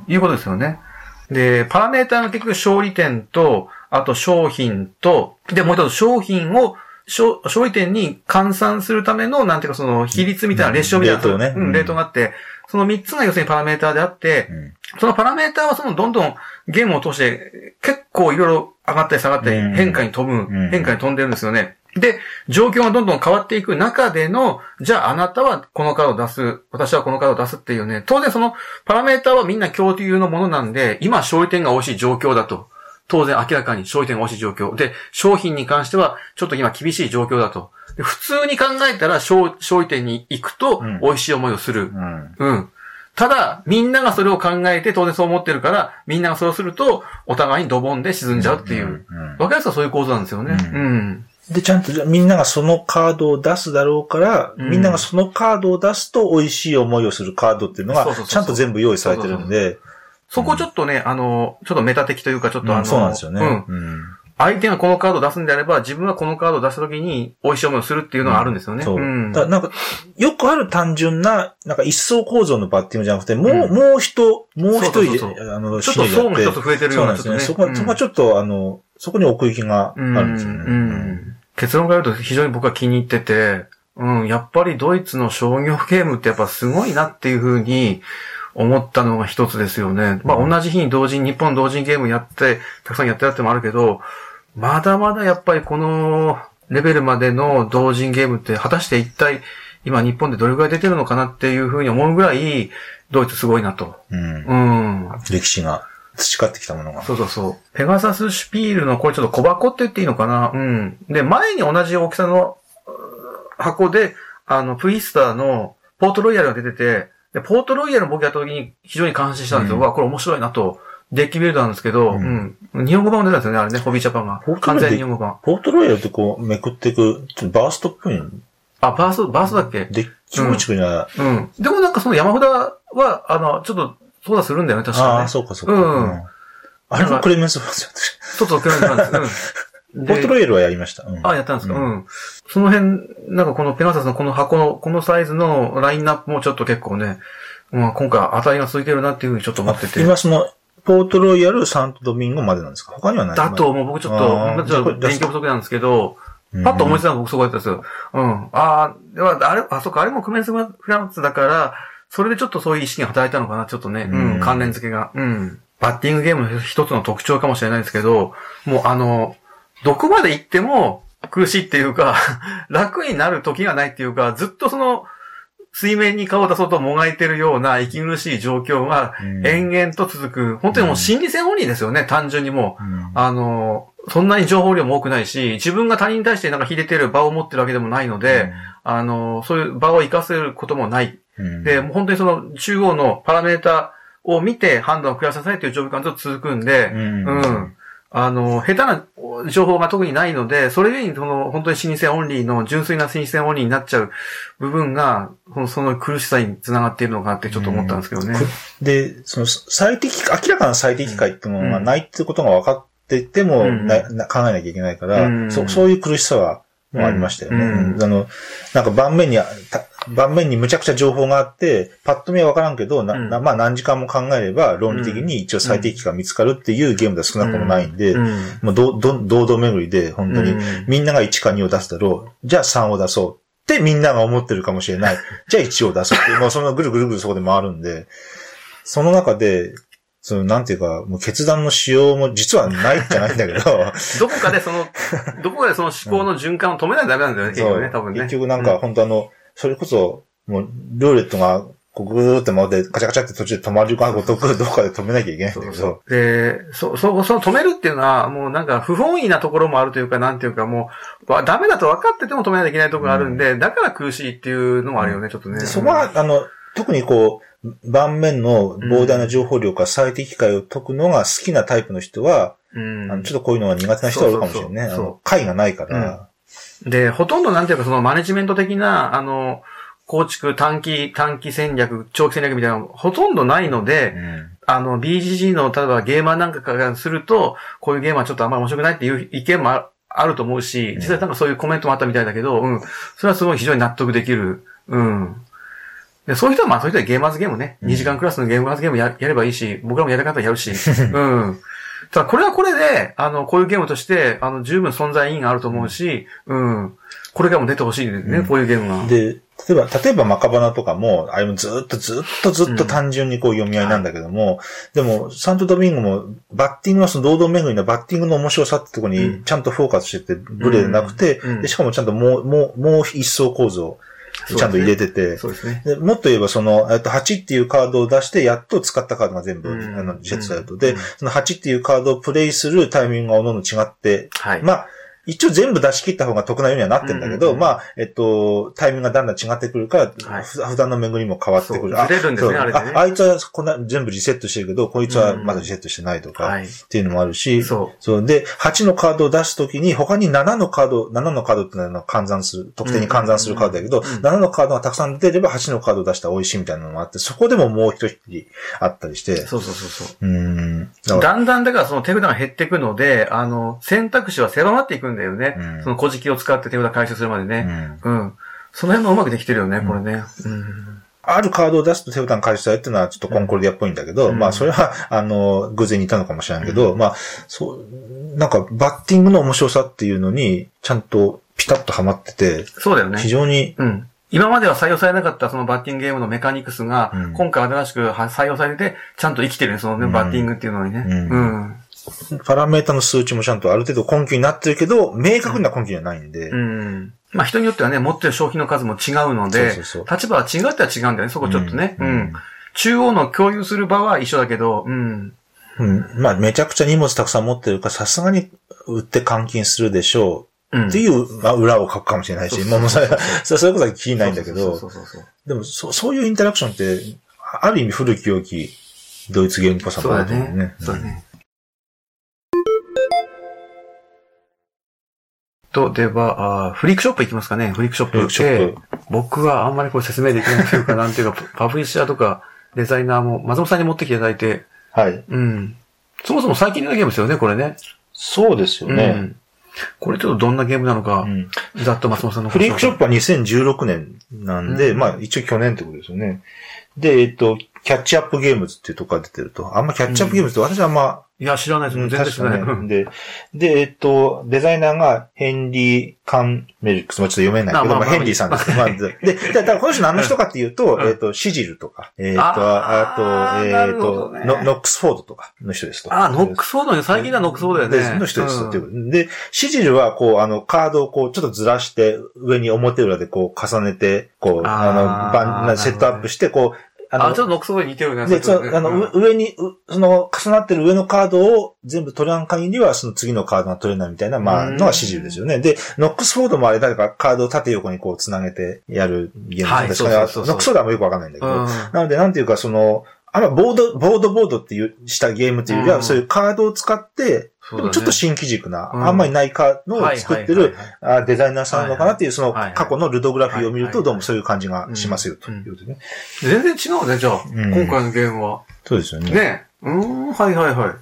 Speaker 1: いうことですよね。で、パラメーターが結局勝利点と、あと商品と、で、もう一つ商品を、勝利点に換算するための、なんていうかその比率みたいな、レシオみたいな、
Speaker 2: レートね。
Speaker 1: うん、レートがあって、その三つが要するにパラメーターであって、うん、そのパラメーターはそのどんどんゲームを通して結構いろいろ上がったり下がったり変化に飛ぶ、うん、変化に飛んでるんですよね。で、状況がどんどん変わっていく中での、じゃああなたはこのカードを出す、私はこのカードを出すっていうね、当然そのパラメーターはみんな共有のものなんで、今勝利点が惜しい状況だと。当然明らかに勝利点が惜しい状況。で、商品に関してはちょっと今厳しい状況だと。で普通に考えたら勝、勝利点に行くと美味しい思いをする。うん。うん。ただ、みんながそれを考えて当然そう思ってるから、みんながそうするとお互いにドボンで沈んじゃうっていう。わ、うんうん、かりやすくそういう構造なんですよね。うん。うん
Speaker 2: で、ちゃんとみんながそのカードを出すだろうから、うん、みんながそのカードを出すと美味しい思いをするカードっていうのが、ちゃんと全部用意されてるんで。
Speaker 1: そこちょっとね、あの、ちょっとメタ的というか、ちょっとあの、うん、
Speaker 2: そうなんですよね。
Speaker 1: うん。うん、相手がこのカードを出すんであれば、自分はこのカードを出した時に美味しい思いをするっていうのがあるんですよね。
Speaker 2: うん、そう。
Speaker 1: うん、
Speaker 2: だなんか、よくある単純な、なんか一層構造のバッティングじゃなくて、もう、うん、もう一、もう一人で、
Speaker 1: そうそうそう
Speaker 2: あの、
Speaker 1: ちょっと層が一つ増えてるような、
Speaker 2: そうなんですね。そこは、そこはちょっと、あの、そこに奥行きがあるんですよね。うん
Speaker 1: うん結論から言うと非常に僕は気に入ってて、うん、やっぱりドイツの商業ゲームってやっぱすごいなっていう風に思ったのが一つですよね。まあ同じ日に同時に日本同時にゲームやって、たくさんやってるってもあるけど、まだまだやっぱりこのレベルまでの同人ゲームって果たして一体今日本でどれくらい出てるのかなっていう風に思うぐらいドイツすごいなと。うん。うん、
Speaker 2: 歴史が。培ってきたものが。
Speaker 1: そうそうそう。ペガサスシュピールのこれちょっと小箱って言っていいのかなうん。で、前に同じ大きさの箱で、あの、プイスターのポートロイヤルが出てて、で、ポートロイヤルの僕やった時に非常に感心したんですよ。うわ、これ面白いなと。デッキビルドなんですけど、うん。うん、日本語版も出たんですよね、あれね、ホビージャパンが。完全に日本語版。
Speaker 2: ポートロイヤルってこうめくっていく、ちょっとバーストっぽいの
Speaker 1: あ、バースト、バーストだっけ
Speaker 2: デッキ構築が、
Speaker 1: うん。うん。でもなんかその山札は、あの、ちょっと、そうだするんだよね、確かに、ね。
Speaker 2: ああ、そうかそうか。
Speaker 1: うん。
Speaker 2: あれもクレメンスフランスやったし。
Speaker 1: そうそう、クレメンスフランス。うん。
Speaker 2: ポートロイヤルはやりました。
Speaker 1: うん、あ、やったんですか、うん、うん。その辺、なんかこのペガサスのこの箱の、このサイズのラインナップもちょっと結構ね、まあ、今回当たりがついてるなっていうふうにちょっと思ってて。
Speaker 2: 今その、ポートロイヤル、サントドミンゴまでなんですか？他にはない？
Speaker 1: だと、もう僕ちょっと、ちょっと勉強不足なんですけど、パッと思いついたのが僕そこだったんですよ。うん。ああ、では、あれ、あ、そっか、あれもクレメンスフランスだから、それでちょっとそういう意識が働いたのかな、ちょっとね。うん、うん、関連付けが。うん。バッティングゲームの一つの特徴かもしれないですけど、もうあの、どこまで行っても苦しいっていうか、楽になる時がないっていうか、ずっとその、水面に顔を出そうともがいてるような息苦しい状況が延々と続く。本当にもう心理戦オンリーですよね、単純にもう。うん、あの、そんなに情報量も多くないし、自分が他人に対してなんか秀でてる場を持ってるわけでもないので、うん、あの、そういう場を活かせることもない。うん、で、もう本当にその中央のパラメータを見て判断を下させないという状況がずっと続くんで、うん、うん。あの、下手な情報が特にないので、それゆえにその、本当に心理戦オンリーの純粋な心理戦オンリーになっちゃう部分が、その苦しさにつながっているのかってちょっと思ったんですけどね。
Speaker 2: うん、で、その最適化、明らかな最適化っていうのがないってことが分かってても、うん、なな考えなきゃいけないから、うん、そ、そういう苦しさはもうありましたよね。うんうん、あの、なんか盤面に、盤面にむちゃくちゃ情報があって、パッと見はわからんけど、な、うん、まあ何時間も考えれば論理的に一応最適化が見つかるっていうゲームでは少なくともないんで、うんうん、もうど、ど、堂々巡りで本当にみんながいちかにを出すだろう。じゃあさんを出そうってみんなが思ってるかもしれない。じゃあいちを出そうって、もうそのぐるぐるぐるそこで回るんで、その中で、その、なんていうか、もう決断のしようも実はないじゃないんだけど。
Speaker 1: どこかでその、どこかでその思考の循環を止めないとダメなんだよね、結局ね、多分ね。
Speaker 2: 結局なんか、本当あの、それこそ、もう、ルーレットが、こうぐーって回って、カチャカチャって途中で止まるかごとく、どこかで止めなきゃいけないんだけど。そうそう
Speaker 1: で、そ、そ、その止めるっていうのは、もうなんか不本意なところもあるというか、なんていうかもう、ダメだと分かってても止めないといけないところがあるんで、うん、だから苦しいっていうのもあるよね、うん、ちょっとね。
Speaker 2: そこは、あの、特にこう、盤面の膨大な情報量から最適解を解くのが好きなタイプの人は、うん、あのちょっとこういうのが苦手な人は多いかもしれないね。そうそうそうあの解がないから、
Speaker 1: うん。で、ほとんどなんていうかそのマネジメント的な、あの、構築、短期、短期戦略、長期戦略みたいなのほとんどないので、うん、あの、ビージージー の、例えばゲーマーなんかからすると、こういうゲームはちょっとあんまり面白くないっていう意見もある、あると思うし、実際なんかそういうコメントもあったみたいだけど、うん。それはすごい非常に納得できる。うん。でそういう人はまあそういう人はゲーマーズゲームね、うん、にじかんクラスのゲーマーズゲームや、やればいいし、僕らもやり方やるし、うん。ただこれはこれで、あの、こういうゲームとして、あの、十分存在意義があると思うし、うん。これからも出てほしいですね、うん、こういうゲームが。
Speaker 2: で、例えば、例えばマカバナとかも、あれもずっとずっとずっと単純にこう読み合いなんだけども、うん、でも、サントドミンゴも、バッティングのその堂々巡りのバッティングの面白さってところにちゃんとフォーカスしてて、ブレでなくて、うん、で、しかもちゃんともう、もう、もう一層構造、ちゃんと入れてて、
Speaker 1: そうですね。
Speaker 2: でもっと言えばその、えっと、はちっていうカードを出して、やっと使ったカードが全部、うん、あの、ジェットされると。で、そのはちっていうカードをプレイするタイミングがおのおの違って、はい、まあ、一応全部出し切った方が得なようにはなってるんだけど、うんうんうん、まあ、えっと、タイミングがだんだん違ってくるから、はい、普段の巡りも変わってくる。
Speaker 1: ずれるんですね、あれでね。
Speaker 2: あ、あいつはこんな全部リセットしてるけど、こいつはまだリセットしてないとか、うんはい、っていうのもあるし、そう。そうで、はちのカードを出すときに、他にななのカード、ななのカードっていうのは換算する、得点に換算するカードだけど、うんうんうん、ななのカードがたくさん出てればはちのカードを出したら美味しいみたいなのもあって、そこでももう一匹あったりして。
Speaker 1: そうそうそうそう。うんだ, だんだんだからその手札が減っていくので、あの、選択肢は狭まっていくんだよね。うんその小敷を使って手札回収するまでね。うん。うん。その辺もうまくできてるよね、これね。うん。
Speaker 2: あるカードを出すと手札回収されるっていうのはちょっとコンコルディアっぽいんだけど、うん、まあそれは、あの、偶然にいたのかもしれないけど、うん、まあ、そう、なんかバッティングの面白さっていうのに、ちゃんとピタッとハマってて、
Speaker 1: そうだよね。
Speaker 2: 非常に、
Speaker 1: うん。今までは採用されなかったそのバッティングゲームのメカニクスが、うん、今回新しく採用されて、ちゃんと生きてるね、そのね、うん、バッティングっていうのにね。うん。うん
Speaker 2: パラメータの数値もちゃんとある程度根拠になってるけど、明確な根拠じゃないんで。
Speaker 1: うん。うん、まあ人によってはね、持ってる商品の数も違うので、そうそうそう立場は違っては違うんだよね、そこちょっとね。うん。うん、中央の共有する場は一緒だけど、うん。
Speaker 2: うん。まあめちゃくちゃ荷物たくさん持ってるから、さすがに売って換金するでしょう。っていう、まあ裏を書くかもしれないし、もうそれは、それこそ気にないんだけど、でもそ、そういうインタラクションって、ある意味古き良きドイツゲームっぽさもあると思うね。
Speaker 1: そうだね。と、では、あフリークショップ行きますかね。フリークショップ。フリークショップ。僕はあんまりこれ説明できないというか、なんていうか、パブリッシャーとかデザイナーも、松本さんに持ってきていただいて、はい。うん。 そもそも最近のゲームですよね、これね。
Speaker 2: そうですよね。うん、
Speaker 1: これちょっとどんなゲームなのか、うん、ざっと松本さんの
Speaker 2: フリークショップはにせんじゅうろくねんなんで、うん、まあ一応去年ってことですよね。で、えっと、キャッチアップゲームズっていうところが出てると。あんまキャッチアップゲームズって私はあんま、
Speaker 1: いや、知らないです。全然知らない。
Speaker 2: で、で、えっと、デザイナーがヘンリー・カンメリックス、もちょっと読めないけど、まあヘンリーさんです。まあ、で、だからこの人何の人かっていうと、えっと、シジルとか、えっと、あと、えっと、ノックスフォードとかの人ですと。
Speaker 1: あ、ノックスフォードね。最近はノックスフォードだよね。
Speaker 2: の人ですと。で、シジルはこう、あの、カードをこう、ちょっとずらして、上に表裏でこう、重ねて、こう、あの、セットアップして、こう、
Speaker 1: あの、あ、ちょっとノックスフォードに似てるね。
Speaker 2: で、その、あの、上に、その、重なってる上のカードを全部取らん限りは、その次のカードが取れないみたいな、まあ、のがシジルですよね。で、ノックスフォードもあれ、誰かカードを縦横にこう繋げてやるゲームなんですから、ノックスフォードはもよくわかんないんだけど、なので、なんていうか、その、あんまボード、ボードボードっていうしたゲームというよりは、うん、そういうカードを使って、でもちょっと新機軸な、うん、あんまりないカードを作ってるデザイナーさんなのかなっていう、その過去のルドグラフィーを見ると、どうもそういう感じがしますよ、ということでね。
Speaker 1: 全然違うね、じゃあ、うん、今回のゲームは。
Speaker 2: そうですよね。
Speaker 1: ね。うん、はいはいはい。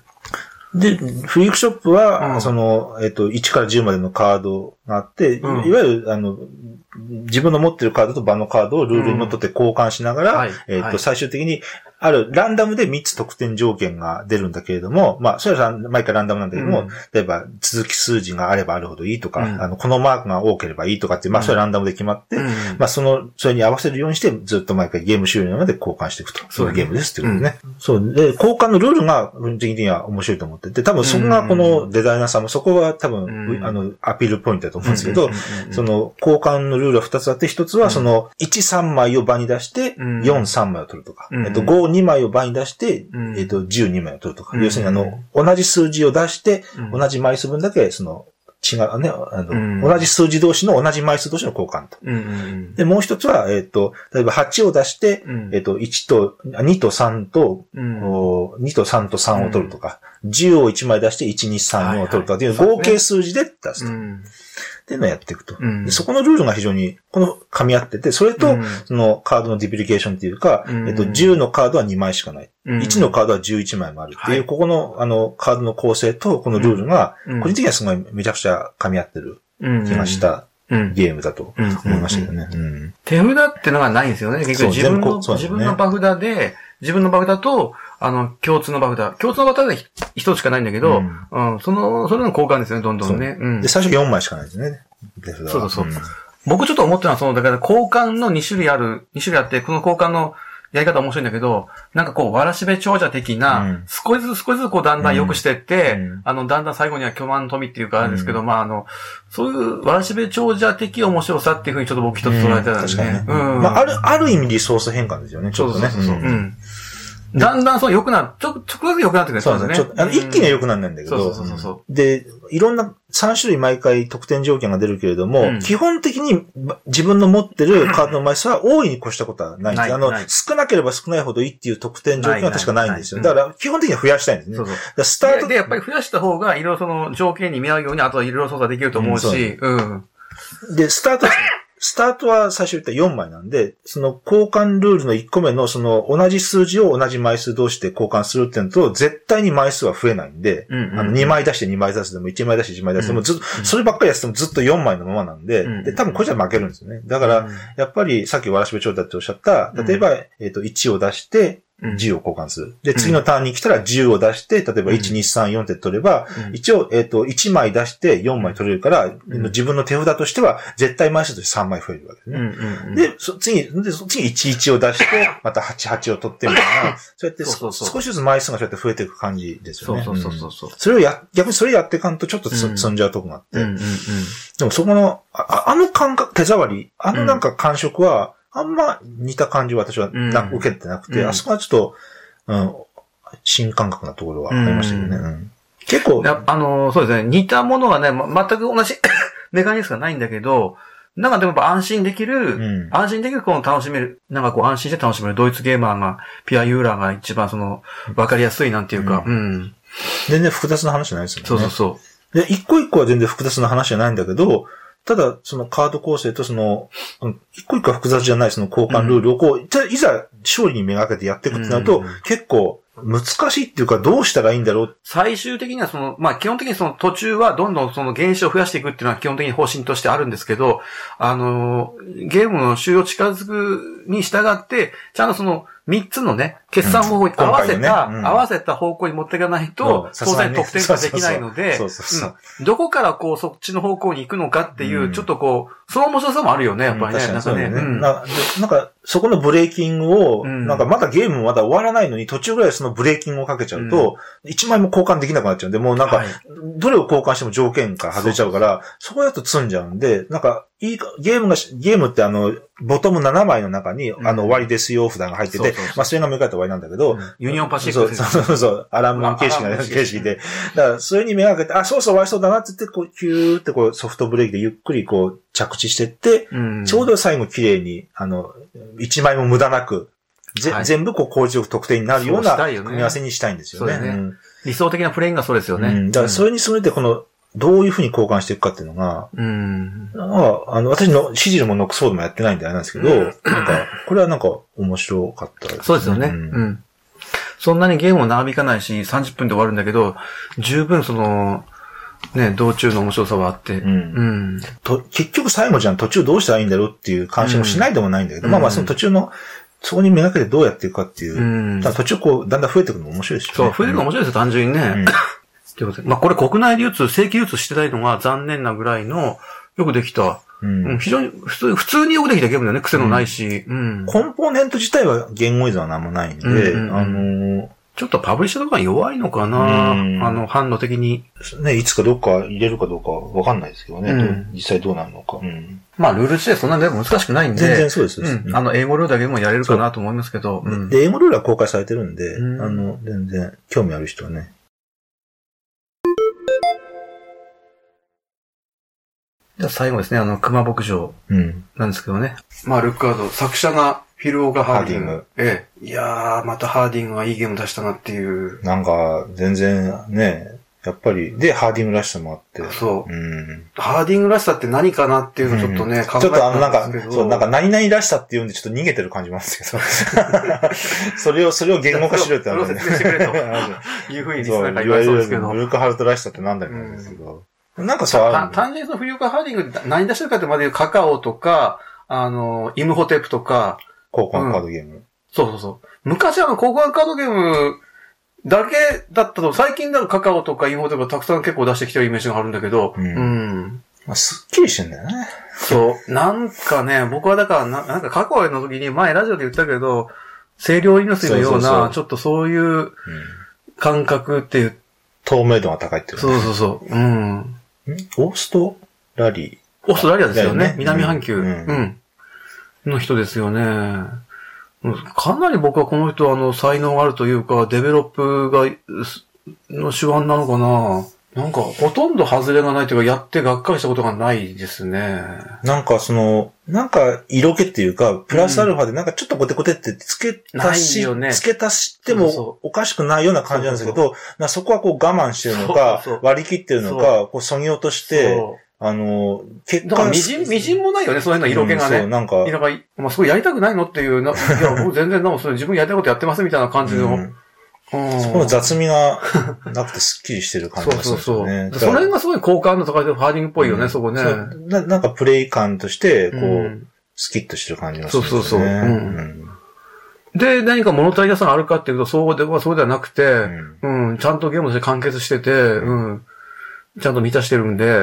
Speaker 2: で、フリークショップは、うん、その、えっと、いちからじゅうまでのカードがあって、うん、いわゆる、あの、自分の持ってるカードと場のカードをルールにのっとって交換しながら、うんはい、えっと、はい、最終的に、あるランダムでみっつ得点条件が出るんだけれども、まあ、それは毎回ランダムなんだけども、うん、例えば続き数字があればあるほどいいとか、うん、あの、このマークが多ければいいとかって、まあ、それはランダムで決まって、うん、まあ、その、それに合わせるようにして、ずっと毎回ゲーム終了まで交換していくと。そういうゲームですっていうことね。うん、そう。で、交換のルールが、個人的には面白いと思ってて、多分そこがこのデザイナーさんも、そこは多分、うん、あの、アピールポイントだと思うんですけど、その、交換のルールはふたつあって、ひとつはその、いち、さんまいを場に出して、よん、さんまいを取るとか、うん、えっと、ご、にまいを場に出して、して、うん、えっと、じゅうにまいを取るとか。うん、要するに、あの、同じ数字を出して、うん、同じ枚数分だけ、その、違うね、あの、うん、同じ数字同士の同じ枚数同士の交換と。うんうん、で、もう一つは、えっと、例えばはちを出して、うん、えっと、いちと、にとさんと、うん、にとさんとさんを取るとか、うん、じゅうをいちまい出して、いち、に、さん、よんを取るとかっていう合計数字で出すと。うんっていうのをやっていくと、うん。でそこのルールが非常に、この、噛み合ってて、それと、そのカードのディプリケーションっていうか、うん、えっと、じゅうのカードはにまいしかない。うん、いちのカードはじゅういちまいもあるっていう、はい、ここの、あの、カードの構成と、このルールが、個人的にはすごいめちゃくちゃ噛み合ってる気がした。ゲームだと思いましたよね。
Speaker 1: 手札ってのがないんですよね。結局自分の、ね、自分の場札で、自分の場札と、あの、共通の場札。共通の場札で一つしかないんだけど、うん、うん、その、それの交換ですよね、どんどんね。うん、
Speaker 2: で、最初よんまいしかないですね。手札は。
Speaker 1: そうそうそう。うん、僕ちょっと思ってるのは、その、だから交換のに種類ある、に種類あって、この交換のやり方面白いんだけど、なんかこう、わらしべ長者的な、うん、少しずつ少しずつこう、だんだん良くしてって、うん、あの、だんだん最後には巨万の富っていうかあるんですけど、うん、まああの、そういうわらしべ長者的面白さっていうふうにちょっと僕一つ捉えてたんですね。うん、確かにね。うん。
Speaker 2: まあ、ある、ある意味リソース変換ですよね、ちょっとね。
Speaker 1: そうそうそうそう。うんうんだんだんそう良くなる、ちょ、ちょくずつ良くなってくるんですね。
Speaker 2: そうですね。あの、一気には良くならないんだけど。
Speaker 1: そうそうそう。
Speaker 2: で、いろんなさん種類毎回得点条件が出るけれども、うん、基本的に自分の持ってるカードの枚数は大いに越したことはないんです。あの、少なければ少ないほどいいっていう得点条件は確かないんですよ。だから基本的には増やしたいんですね。そうそう。スタート
Speaker 1: で、やっぱり増やした方がいろいろその条件に見合うように、あとはいろいろ操作できると思うし、うん。
Speaker 2: うん、で、スタートスタートは最初言ったよんまいなんで、その交換ルールのいっこめのその同じ数字を同じ枚数同士で交換するっていうのと、絶対に枚数は増えないんで、うんうんうん、あのにまい出してにまい出すでもいちまい出していちまい出すでもずっと、うんうん、そればっかりやっててもずっとよんまいのままなんで、うんうん、で多分これじゃ負けるんですよね。だから、やっぱりさっきわらしべ長者っておっしゃった、例えば、うん、えっと、いちを出して、じゅうを交換する。で、次のターンに来たらじゅうを出して、例えばいち、に、さん、よんって取れば、うん、一応、えっと、いちまい出してよんまい取れるから、うん、自分の手札としては絶対枚数としてさんまい増えるわけですね。うんうんうん、で、そ次、で、次いち、いちを出して、またはち、はちを取ってみたいな、そうやってそうそうそう少しずつ枚数がそうやって増えていく感じですよね。
Speaker 1: そうそうそうそう、うん。
Speaker 2: それをや、逆にそれやっていかんとちょっとつ、積んじゃうとこがあって。うんうんうん、でもそこの、あ、あの感覚、手触り、あのなんか感触は、あんま似た感じは私はな、うん、受けてなくて、うん、あそこはちょっと、うん、新感覚なところはありましたけどね。うんうん、結構。
Speaker 1: あのー、そうですね。似たものはね、ま、全く同じメカニズムがないんだけど、なんかでもやっぱ安心できる、うん、安心できるこの楽しめる、なんかこう安心して楽しめるドイツゲーマーが、ピアユーラーが一番その、わかりやすいなんていうか、うん。うん、
Speaker 2: 全然複雑な話じゃないですよね。
Speaker 1: そうそうそう。
Speaker 2: で、一個一個は全然複雑な話じゃないんだけど、ただ、そのカード構成とその、一個一個は複雑じゃないその交換ルールをこう、うん、いざ勝利にめがけてやっていくってなると、うんうんうん、結構難しいっていうかどうしたらいいんだろう。
Speaker 1: 最終的にはその、まあ基本的にその途中はどんどんその原子を増やしていくっていうのは基本的に方針としてあるんですけど、あの、ゲームの終了近づくに従って、ちゃんとそのみっつのね、決算方法に合わせた、うんねうん、合わせた方向に持っていかないと、当然得点ができないので、どこからこうそっちの方向に行くのかっていう、うん、ちょっとこう、その面白さもあるよね、やっぱりね。うん、なんかね。
Speaker 2: うん、な, なんか、そこのブレーキングを、うん、なんかまだゲームまだ終わらないのに途中ぐらいそのブレーキングをかけちゃうと、いちまいも交換できなくなっちゃうんで、もうなんか、どれを交換しても条件から外れちゃうから、そこだと積んじゃうんで、なんか、いいゲームが、ゲームってあの、ボトムななまいの中に、あの、終わりですよ札が入ってて、そうそうそうまあ、それが向かって終わりなんだけど、うん、
Speaker 1: ユニオンパシフィック
Speaker 2: そうそうそう、アラーム形式が形式で、だから、それに目がけて、あ、そうそう終わりそうだなって言って、こう、キューってこう、ソフトブレーキでゆっくりこう、着地してって、うん、ちょうど最後綺麗に、あの、いちまいも無駄なく、ぜはい、全部こう、効率よく得点になるような組み合わせにしたいんですよね。そうね、うん、
Speaker 1: 理想的なプレインがそうですよね。うん、
Speaker 2: だから、それに優れてこの、どういうふうに交換していくかっていうのが、うん、ああの私のシジルもノックスフォードもやってないんであれなんですけど、うん、なんか、これはなんか面白かったですね。
Speaker 1: そうですよね。うん。うん、そんなにゲームも長引かないし、さんじゅっぷんで終わるんだけど、十分その、ね、道中の面白さはあって、うんうん、
Speaker 2: と。結局最後じゃん、途中どうしたらいいんだろうっていう関心もしないでもないんだけど、うん、まあまあその途中の、そこにめがけてどうやっていくかっていう、うん、ただ途中こう、だんだん増えていくのも面白いですよね。
Speaker 1: そう、増えていくの面白いですよ、単純にね。うんということでまあこれ国内流通、正規流通してないのが残念なぐらいのよくできた、うん、非常に普通、普通によくできたゲームだよね、癖のないし、うんうん。
Speaker 2: コンポーネント自体は言語依存は何もないんで、うんうん、あのー、
Speaker 1: ちょっとパブリッシャーとか弱いのかな、うん、あの、反応的に。
Speaker 2: ね、いつかどっか入れるかどうかわかんないですけどね、うん、実際どうなるのか。うん、
Speaker 1: まあ、ルール自体そんなでも難しくないんで。
Speaker 2: 全然そうです。
Speaker 1: うん、あの、英語ルールだけでもやれるかなと思いますけど。
Speaker 2: うん、で、英語ルールは公開されてるんで、うん、あの、全然興味ある人はね。
Speaker 1: じゃあ最後ですね、あの、熊牧場なんですけどね。うん、まあ、ルックアウト、作者がフィル・オガ・ハーディング。ハーディング。ええ。いやー、またハーディングがいいゲーム出したなっていう。
Speaker 2: なんか、全然ね、やっぱり、で、ハーディングらしさもあって。
Speaker 1: そう。うん。ハーディングらしさって何かなっていうのをちょっとね、うん、考えてたんですけど。ちょっとあの、
Speaker 2: なんか、そう、なんか何々らしさっていうんでちょっと逃げてる感じもあるんですけど。それを、それを言語化しろって
Speaker 1: あるんで。それを説明してくれと。いうふうにリスナーが言われそうですけど。
Speaker 2: ルーク・ハルトらしさってなんだろうなんですけど。なんかさ、
Speaker 1: 単純にそのフィル・オガ・ハーディングって何出してるかってまで言うカカオとか、あの、イムホテプとか。
Speaker 2: 交換カードゲーム、うん。
Speaker 1: そうそうそう。昔あの交換カードゲームだけだったと、最近だとカカオとかイムホテプがたくさん結構出してきてるイメージがあるんだけど、うん。うん、
Speaker 2: まあ、すっきりしてんだよね。
Speaker 1: そう。なんかね、僕はだからな、なんかカカオの時に前ラジオで言ったけど、清涼飲料水のような、そうそうそう、ちょっとそういう感覚っていう。
Speaker 2: 透明度が高いっていう、
Speaker 1: ね。そうそうそう。うん。
Speaker 2: オーストラリ
Speaker 1: ー。オーストラリアですよね。ね南半球、うんうん。の人ですよね。かなり僕はこの人はあの才能があるというか、デベロップが、の手腕なのかな。なんかほとんど外れがないというか、やってがっかりしたことがないですね。
Speaker 2: なんかその、なんか色気っていうか、プラスアルファでなんかちょっとコテコテって付け足し、うんね、付け足してもおかしくないような感じなんですけど、そうそうそう、そこはこう我慢してるのか、そうそう割り切ってるのか、こう削ぎ落として、あの、結果。
Speaker 1: だからみじん、みじんもないよね、そういうの色気がね。うん、そう、なんか。なんか、まあ、すごいやりたくないのっていう、な、いや、僕全然、なんかそれ自分やりたいことやってますみたいな感じの。うん
Speaker 2: そこの雑味がなくてスッキリしてる感じがするんですよね。
Speaker 1: そうそうそう。その辺がすごい好感度高いでハーディングっぽいよね、うん、そこね
Speaker 2: な。なんかプレイ感として、こう、うん、スキッとしてる感じがするんですよね。そうそうそう。うん
Speaker 1: うん、で、何か物足りなさがあるかっていうと、そうではそうではなくて、うん、うん、ちゃんとゲームとして完結してて、うん、ちゃんと満たしてるんで、うん。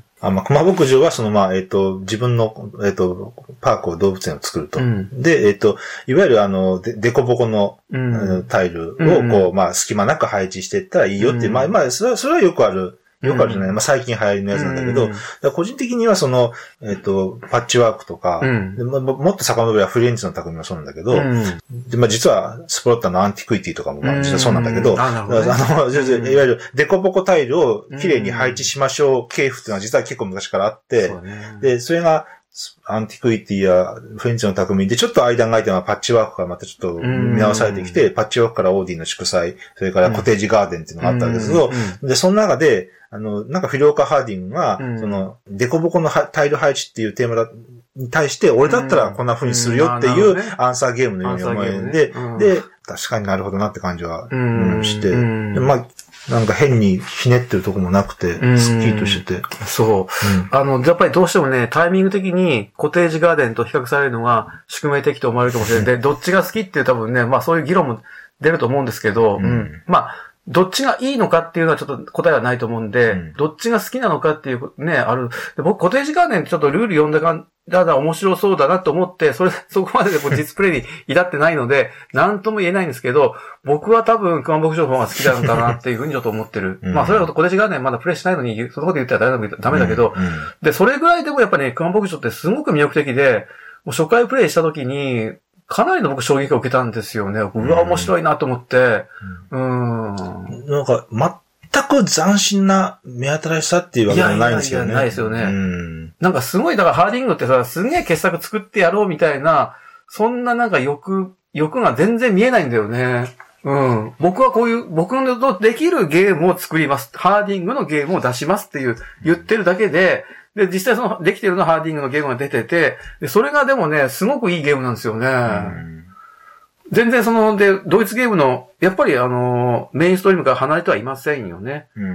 Speaker 2: あ、まあ、熊牧場はその、まあ、えっ、ー、と、自分の、えっ、ー、と、パークを動物園を作ると。うん、で、えっ、ー、と、いわゆるあの、で、でこぼこの、うん、タイルを、こう、うん、まあ、隙間なく配置していったらいいよっていう、うん、まあ、まあ、それは、それはよくある。よくあるじゃない、うん、まあ最近流行りのやつなんだけど、うん、だ個人的にはその、えっ、ー、と、パッチワークとか、うん、でも、もっと遡ればフレンチの匠もそうなんだけど、うん、でまあ実はスプロッターのアンティクイティとかもまあ実はそうなんだけど、うん、あ, ね、あの、いわゆるデコボコタイルをきれいに配置しましょう系譜っていうのは実は結構昔からあって、うん、で、それが、アンティクイティやフレンチの匠でちょっと間が空いてパッチワークからまたちょっと見直されてきて、パッチワークからオーディの祝祭、それからコテージガーデンっていうのがあったんですけど、で、その中で、あの、なんかフィル・オカ・ハーディングが、うん、その、デコボコのタイル配置っていうテーマだに対して、俺だったらこんな風にするよっていうアンサーゲームのように思えるんで、で、確かになるほどなって感じは、うん、して、まあ、なんか変にひねってるとこもなくて、スッキリとしてて。
Speaker 1: そう、うん。あの、やっぱりどうしてもね、タイミング的にコテージガーデンと比較されるのが宿命的と思われるかもしれない。で、どっちが好きっていう多分ね、まあそういう議論も出ると思うんですけど、うん、まあ、どっちがいいのかっていうのはちょっと答えはないと思うんで、うん、どっちが好きなのかっていうね、ある。で僕、コテージガーデンちょっとルール読んだかだだ面白そうだなと思って、それ、そこまででこう実プレイに至ってないので、なんとも言えないんですけど、僕は多分、熊牧場の方が好きなのかなっていうふうにちょっと思ってる。うん、まあ、それはコテージガーデンまだプレイしないのに、そのこと言ったらダメだけど、うんうん、で、それぐらいでもやっぱね、熊牧場ってすごく魅力的で、もう初回プレイした時に、かなりの僕衝撃を受けたんですよね。うわ、面白いなと思って。うん。うん
Speaker 2: なんか、全く斬新な目新しさっていうわけでもないんですよね。いやいやいや
Speaker 1: ないですよね。うん、なんかすごい、だからハーディングってさ、すげえ傑作作ってやろうみたいな、そんななんか欲、欲が全然見えないんだよね。うん。僕はこういう、僕のできるゲームを作ります。ハーディングのゲームを出しますっていう、言ってるだけで、で、実際その、できてるのハーディングのゲームが出てて、で、それがでもね、すごくいいゲームなんですよね。うん全然その、で、ドイツゲームの、やっぱりあの、メインストリームから離れてはいませんよね。うん。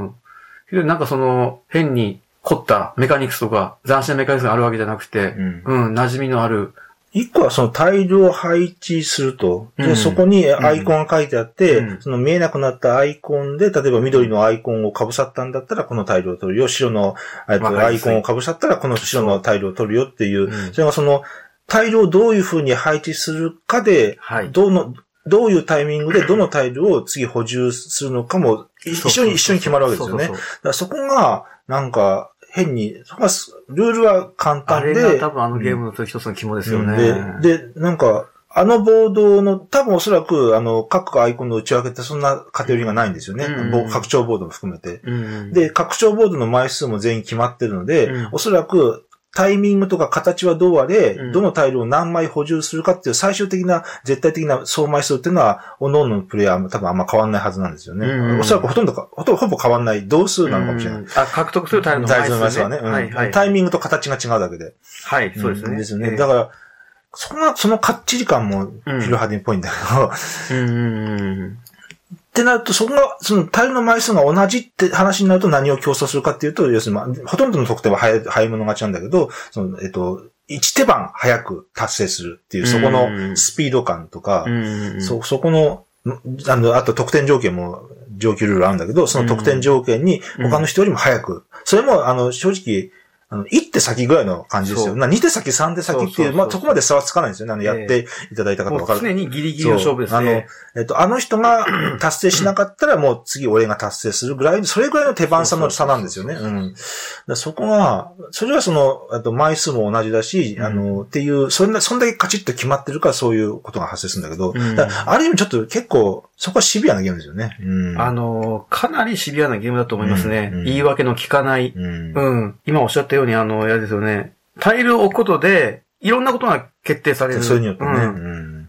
Speaker 1: うん。なんかその、変に凝ったメカニクスとか、斬新なメカニクスがあるわけじゃなくて、うん、うん、馴染みのある。
Speaker 2: 一個はそのタイルを配置すると、で、うん、そこにアイコンが書いてあって、うん、その見えなくなったアイコンで、例えば緑のアイコンを被さったんだったらこのタイルを取るよ、白のアイコンを被さったらこの白のタイルを取るよっていう、うん、それがその、タイルをどういう風に配置するかで、はい、どの、どういうタイミングでどのタイルを次補充するのかも、一緒に、一緒に決まるわけですよね。だからそこが、なんか、変に、そこが、ルールは簡単で。
Speaker 1: あれが多分あのゲームの一つの肝ですよね。
Speaker 2: うん、で、で、なんか、あのボードの、多分おそらく、あの、各アイコンの内訳ってそんな偏りがないんですよね。うんうん、拡張ボードも含めて、うんうん。で、拡張ボードの枚数も全員決まってるので、うん、おそらく、タイミングとか形はどうあれ、うん、どのタイルを何枚補充するかっていう最終的な、絶対的な総枚数っていうのは、各々のプレイヤーも多分あんま変わんないはずなんですよね。うん、おそらくほとんどか、ほとんどほぼ変わんない同数なのかもしれない。うん、
Speaker 1: あ、獲得するタイルの枚数、ね。
Speaker 2: 枚数はね、うんはいはい。タイミングと形が違うだけで。
Speaker 1: はい、そうですね。
Speaker 2: うん、ですね。だから、そんな、そのかっちり感も、フィルハディンっぽいんだけど。うんうんってなると、そこが、そのタイルの枚数が同じって話になると何を競争するかっていうと、要するに、まあ、ほとんどの得点は早い、早い者勝ちなんだけど、その、えっと、いち手番早く達成するっていう、そこのスピード感とか、そ、そこの、あの、あと得点条件も上級ルールあるんだけど、その得点条件に他の人よりも早く、それも、あの、正直、あの、いち手先ぐらいの感じですよ。に手先、さん手先っていう、まあ、そこまで差はつかないんですよね。あの、やっていただいた方わかる。
Speaker 1: 常にギリギリの勝負ですね。
Speaker 2: あの、えっと、あの人が達成しなかったら、もう次俺が達成するぐらい、それぐらいの手番差の差なんですよね。うん。だそこは、それはその、あと枚数も同じだし、うん、あの、っていう、そんな、そんだけカチッと決まってるからそういうことが発生するんだけど、うん、だある意味ちょっと結構、そこはシビアなゲームですよね。
Speaker 1: うん、あの、かなりシビアなゲームだと思いますね。うんうん、言い訳の効かない、うん。うん。今おっしゃったように、あの、あれですよね。タイルを置くことで、いろんなことが決定される。
Speaker 2: それによってね。うん
Speaker 1: うん、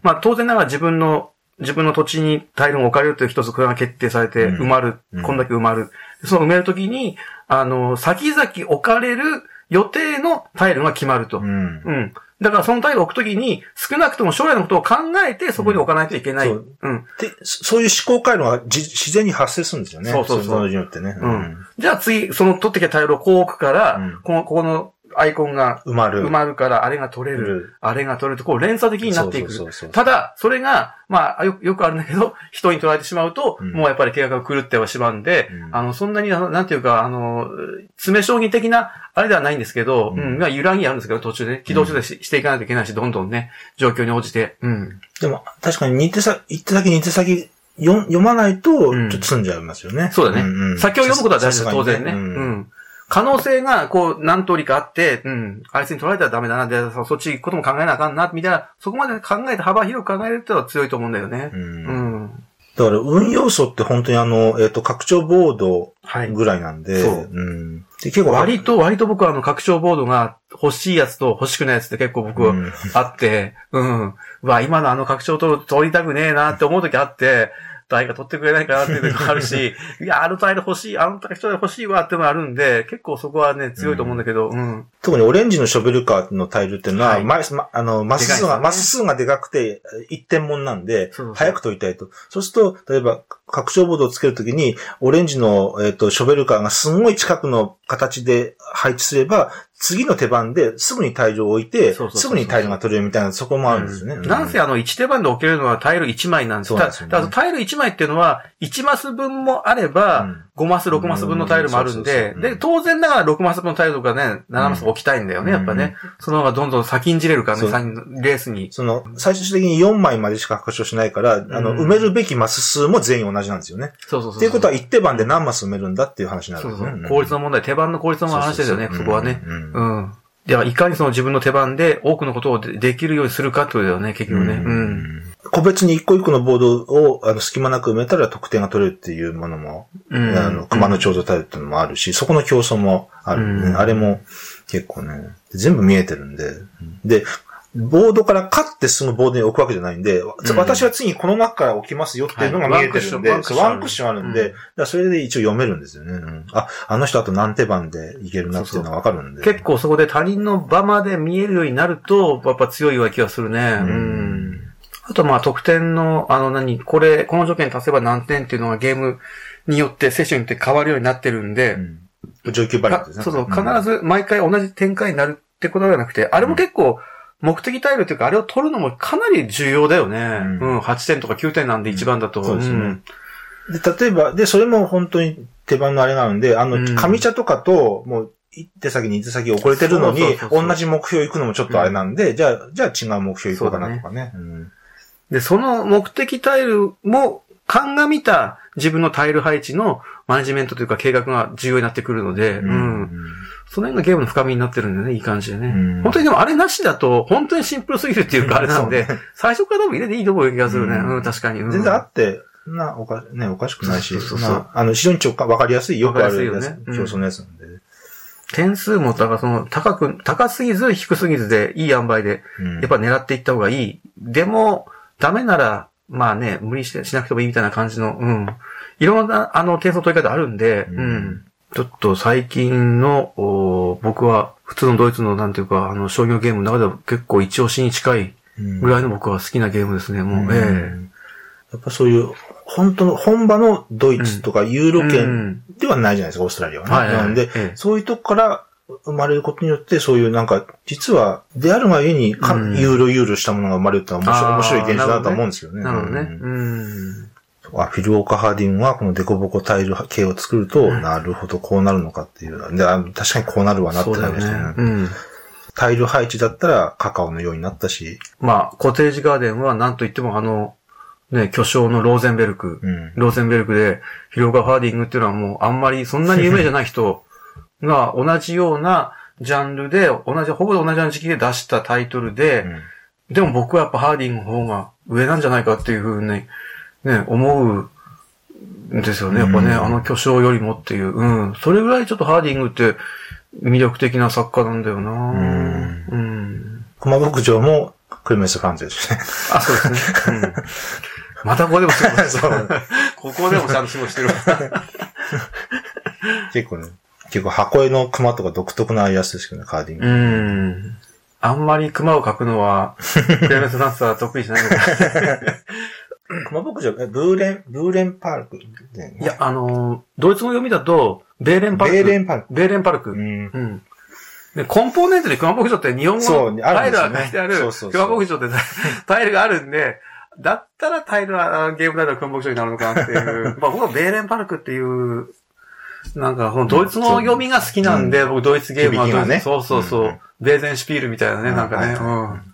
Speaker 1: まあ当然ながら自分の、自分の土地にタイルが置かれるという一つこれが決定されて埋まる。うん、こんだけ埋まる。その埋めるときに、あの、先々置かれる予定のタイルが決まると。うん。うんだからそのタイルを置くときに、少なくとも将来のことを考えてそこに置かないといけない。うん。そううん、
Speaker 2: でそういう思考回路がじ自然に発生するんですよね。
Speaker 1: そうそうそう。
Speaker 2: そのによってね。
Speaker 1: うん。じゃあ次、その取ってきたタイルをこう置くから、うん、この、ここのアイコンが
Speaker 2: 埋まる。
Speaker 1: 埋まるから、あれが取れる。あれが取れると、こう連鎖的になっていく。そうそうそうそうただ、それが、まあよ、よくあるんだけど、人に取られてしまうと、うん、もうやっぱり計画が狂ってはしまうんで、うん、あの、そんなに、なんていうか、あの、詰将棋的な、あれではないんですけど、うん、うん、まあ、揺らぎあるんですけど、途中で、ね、軌道修正し、うん、していかないといけないし、どんどんね、状況に応じて。うん。
Speaker 2: でも、確かにに手先、いち手先、に手先、読まないと、ちょっと詰んじゃいますよね。うん、
Speaker 1: そうだね。うんうん、先を読むことは大事です、当然ね。うん。うん可能性が、こう、何通りかあって、うん、あいつに取られたらダメだな、で、そっち行くことも考えなあかんな、みたいな、そこまで考えて幅広く考えるってのは強いと思うんだよね。うん。うん、
Speaker 2: だから、運要素って本当にあの、えっ、ー、と、拡張ボードぐらいなんで、はい、そう。うん。
Speaker 1: で結構割と、割と僕はあの、拡張ボードが欲しいやつと欲しくないやつって結構僕、うん、あって、うん。うわ、今のあの拡張取りたくねえなって思う時あって、 誰か取ってくれないかなっていうのがあるし、いや、あのタイル欲しい、あの人で欲しいわってのがあるんで、結構そこはね、強いと思うんだけど、うん。うん、
Speaker 2: 特にオレンジのショベルカーのタイルっていうのは、はい、ま、あの、マス数が、ね、マス数がでかくて、一点もんなんで、そうそう早く取りたいと。そうすると、例えば、拡張ボードをつけるときに、オレンジの、えっと、ショベルカーがすごい近くの形で配置すれば、次の手番ですぐにタイルを置いて、そうそうそうそうすぐにタイルが取れるみたいな、そこもあるんですよね。うん、
Speaker 1: なんせあの、いち手番で置けるのはタイルいちまいなんですよ。だからタイルいちまいっていうのは、いちマス分もあれば、うん、ごマス、ろくマス分のタイルもあるんで、で、当然ながらろくマス分のタイルとかね、ななマス置きたいんだよね、やっぱね。その方がどんどん先んじれるからね、レースに。
Speaker 2: その、最終的によんまいまでしか拡張しないから、あの、埋めるべきマス数も全員同じなんですよね。
Speaker 1: そうそうそう。
Speaker 2: っていうことは、いち手番で何マス埋めるんだっていう話になるんですね。
Speaker 1: そうそう。効率の問題、手番の効率の話ですよね、そこはね。うん。では、いかにその自分の手番で多くのことをできるようにするかってことだよね、結局ね。うん。
Speaker 2: 個別に一個一個のボードを、あの、隙間なく埋めたら得点が取れるっていうものも、うん、あの、熊の彫像タイルっていうのもあるし、そこの競争もある、ねうん。あれも結構ね、全部見えてるんで。で、ボードからカッてすぐボードに置くわけじゃないんで、うん、私は次にこの中から置きますよっていうのが見えてるんで、はい、ワンクッションあるんで、うん、だからそれで一応読めるんですよね。うん、あ、あの人あと何手番でいけるなっていうのがわかるんで。
Speaker 1: そうそう結構そこで他人の場まで見えるようになると、やっぱ強いような気がするね。うん。うん、あとまあ得点の、あの何、これ、この条件足せば何点っていうのがゲームによって、セッションによって変わるようになってるんで、
Speaker 2: うん、上級バリエントですね。
Speaker 1: そうそう、必ず毎回同じ展開になるってことではなくて、あれも結構、うん目的タイルっていうか、あれを取るのもかなり重要だよね。うん。うん、はちてんとかきゅうてんなんで一番だと。うん、そうですね、うん。
Speaker 2: で、例えば、で、それも本当に手番のあれなので、あの、うん、上茶とかと、もう、一手先に一手先遅れてるのに、同じ目標行くのもちょっとあれなんで、うん、じゃあ、じゃあ違う目標行こうかなとかね。うん、
Speaker 1: で、その目的タイルも、鑑みた自分のタイル配置のマネジメントというか計画が重要になってくるので、うん。うん、その辺がゲームの深みになってるんでね、いい感じでね。うん、本当にでもあれなしだと、本当にシンプルすぎるっていうかあれなんで、ね、最初から多分入れていいと思う気がするね。うん、うん、確かに、うん。
Speaker 2: 全然あって、な、おか、ね、おかしくないし、そうそうそうなあの、非常に直感、わかりやすい、よくあるやつ、ね、競争のやつなんで。
Speaker 1: 点数も、だからその、高く、高すぎず、低すぎずで、いい塩梅で、やっぱ狙っていった方がいい。でも、ダメなら、まあね、無理してしなくてもいいみたいな感じの、うん。いろんな、あの、点数の取り方あるんで、うん。うん、ちょっと最近の、僕は、普通のドイツの、なんていうか、あの、商業ゲームの中では結構一押しに近いぐらいの僕は好きなゲームですね、うん、もう、ええー。
Speaker 2: やっぱそういう、本当の、本場のドイツとかユーロ圏ではないじゃないですか、うん、オーストラリアはね。はいはいはい、なので、ええ、そういうとこから生まれることによって、そういうなんか、実は、であるがゆえに、うん、ユーロユーロしたものが生まれるってのは面白い、面白い現象だと思うんですよね。
Speaker 1: なるほどね。うん。
Speaker 2: あ、フィル・オーカ・ハーディングはこのデコボコタイル系を作ると、うん、なるほど、こうなるのかっていう。で、確かにこうなるわなってなりましたね。うん。タイル配置だったらカカオのようになったし。
Speaker 1: まあ、コテージガーデンはなんといってもあの、ね、巨匠のローゼンベルク。うん、ローゼンベルクで、フィル・オーカ・ハーディングっていうのはもうあんまりそんなに有名じゃない人が同じようなジャンルで、同じ、ほぼ同じような時期で出したタイトルで、うん、でも僕はやっぱハーディングの方が上なんじゃないかっていうふうに、ね、思うんですよね。やっぱね、うん、あの巨匠よりもっていう。うん。それぐらいちょっとハーディングって魅力的な作家なんだよな。うん。うん。
Speaker 2: 駒牧場もクルメス・ファンズですね。
Speaker 1: あ、そうですね。うん。またここでもそう。ここでもちゃんと仕事してる。
Speaker 2: 結構ね、結構箱絵の熊とか独特なやつですけどね、ハーディング。
Speaker 1: うん。あんまり熊を描くのは、クルメス・ファンズは得意じゃないのか。
Speaker 2: 熊牧場、ブーレン、ブーレンパルク、
Speaker 1: ね。いや、あのー、ドイツ語読みだと、ベーレンパルク。
Speaker 2: ベーレンパルク。
Speaker 1: ベーレンパルク。うん。うん。で、コンポーネントで熊牧場って日本語のタイルが書いてある、熊牧場ってタイルがあるんで、だったらタイルは、ゲームタイルは熊牧場になるのかなっていう。まあ僕はベーレンパルクっていう、なんか、このドイツ語読みが好きなんで、僕ドイツゲームはドイツ、ね、そうそうそう、うん、ベーゼンシュピールみたいなね、なんかね、うん。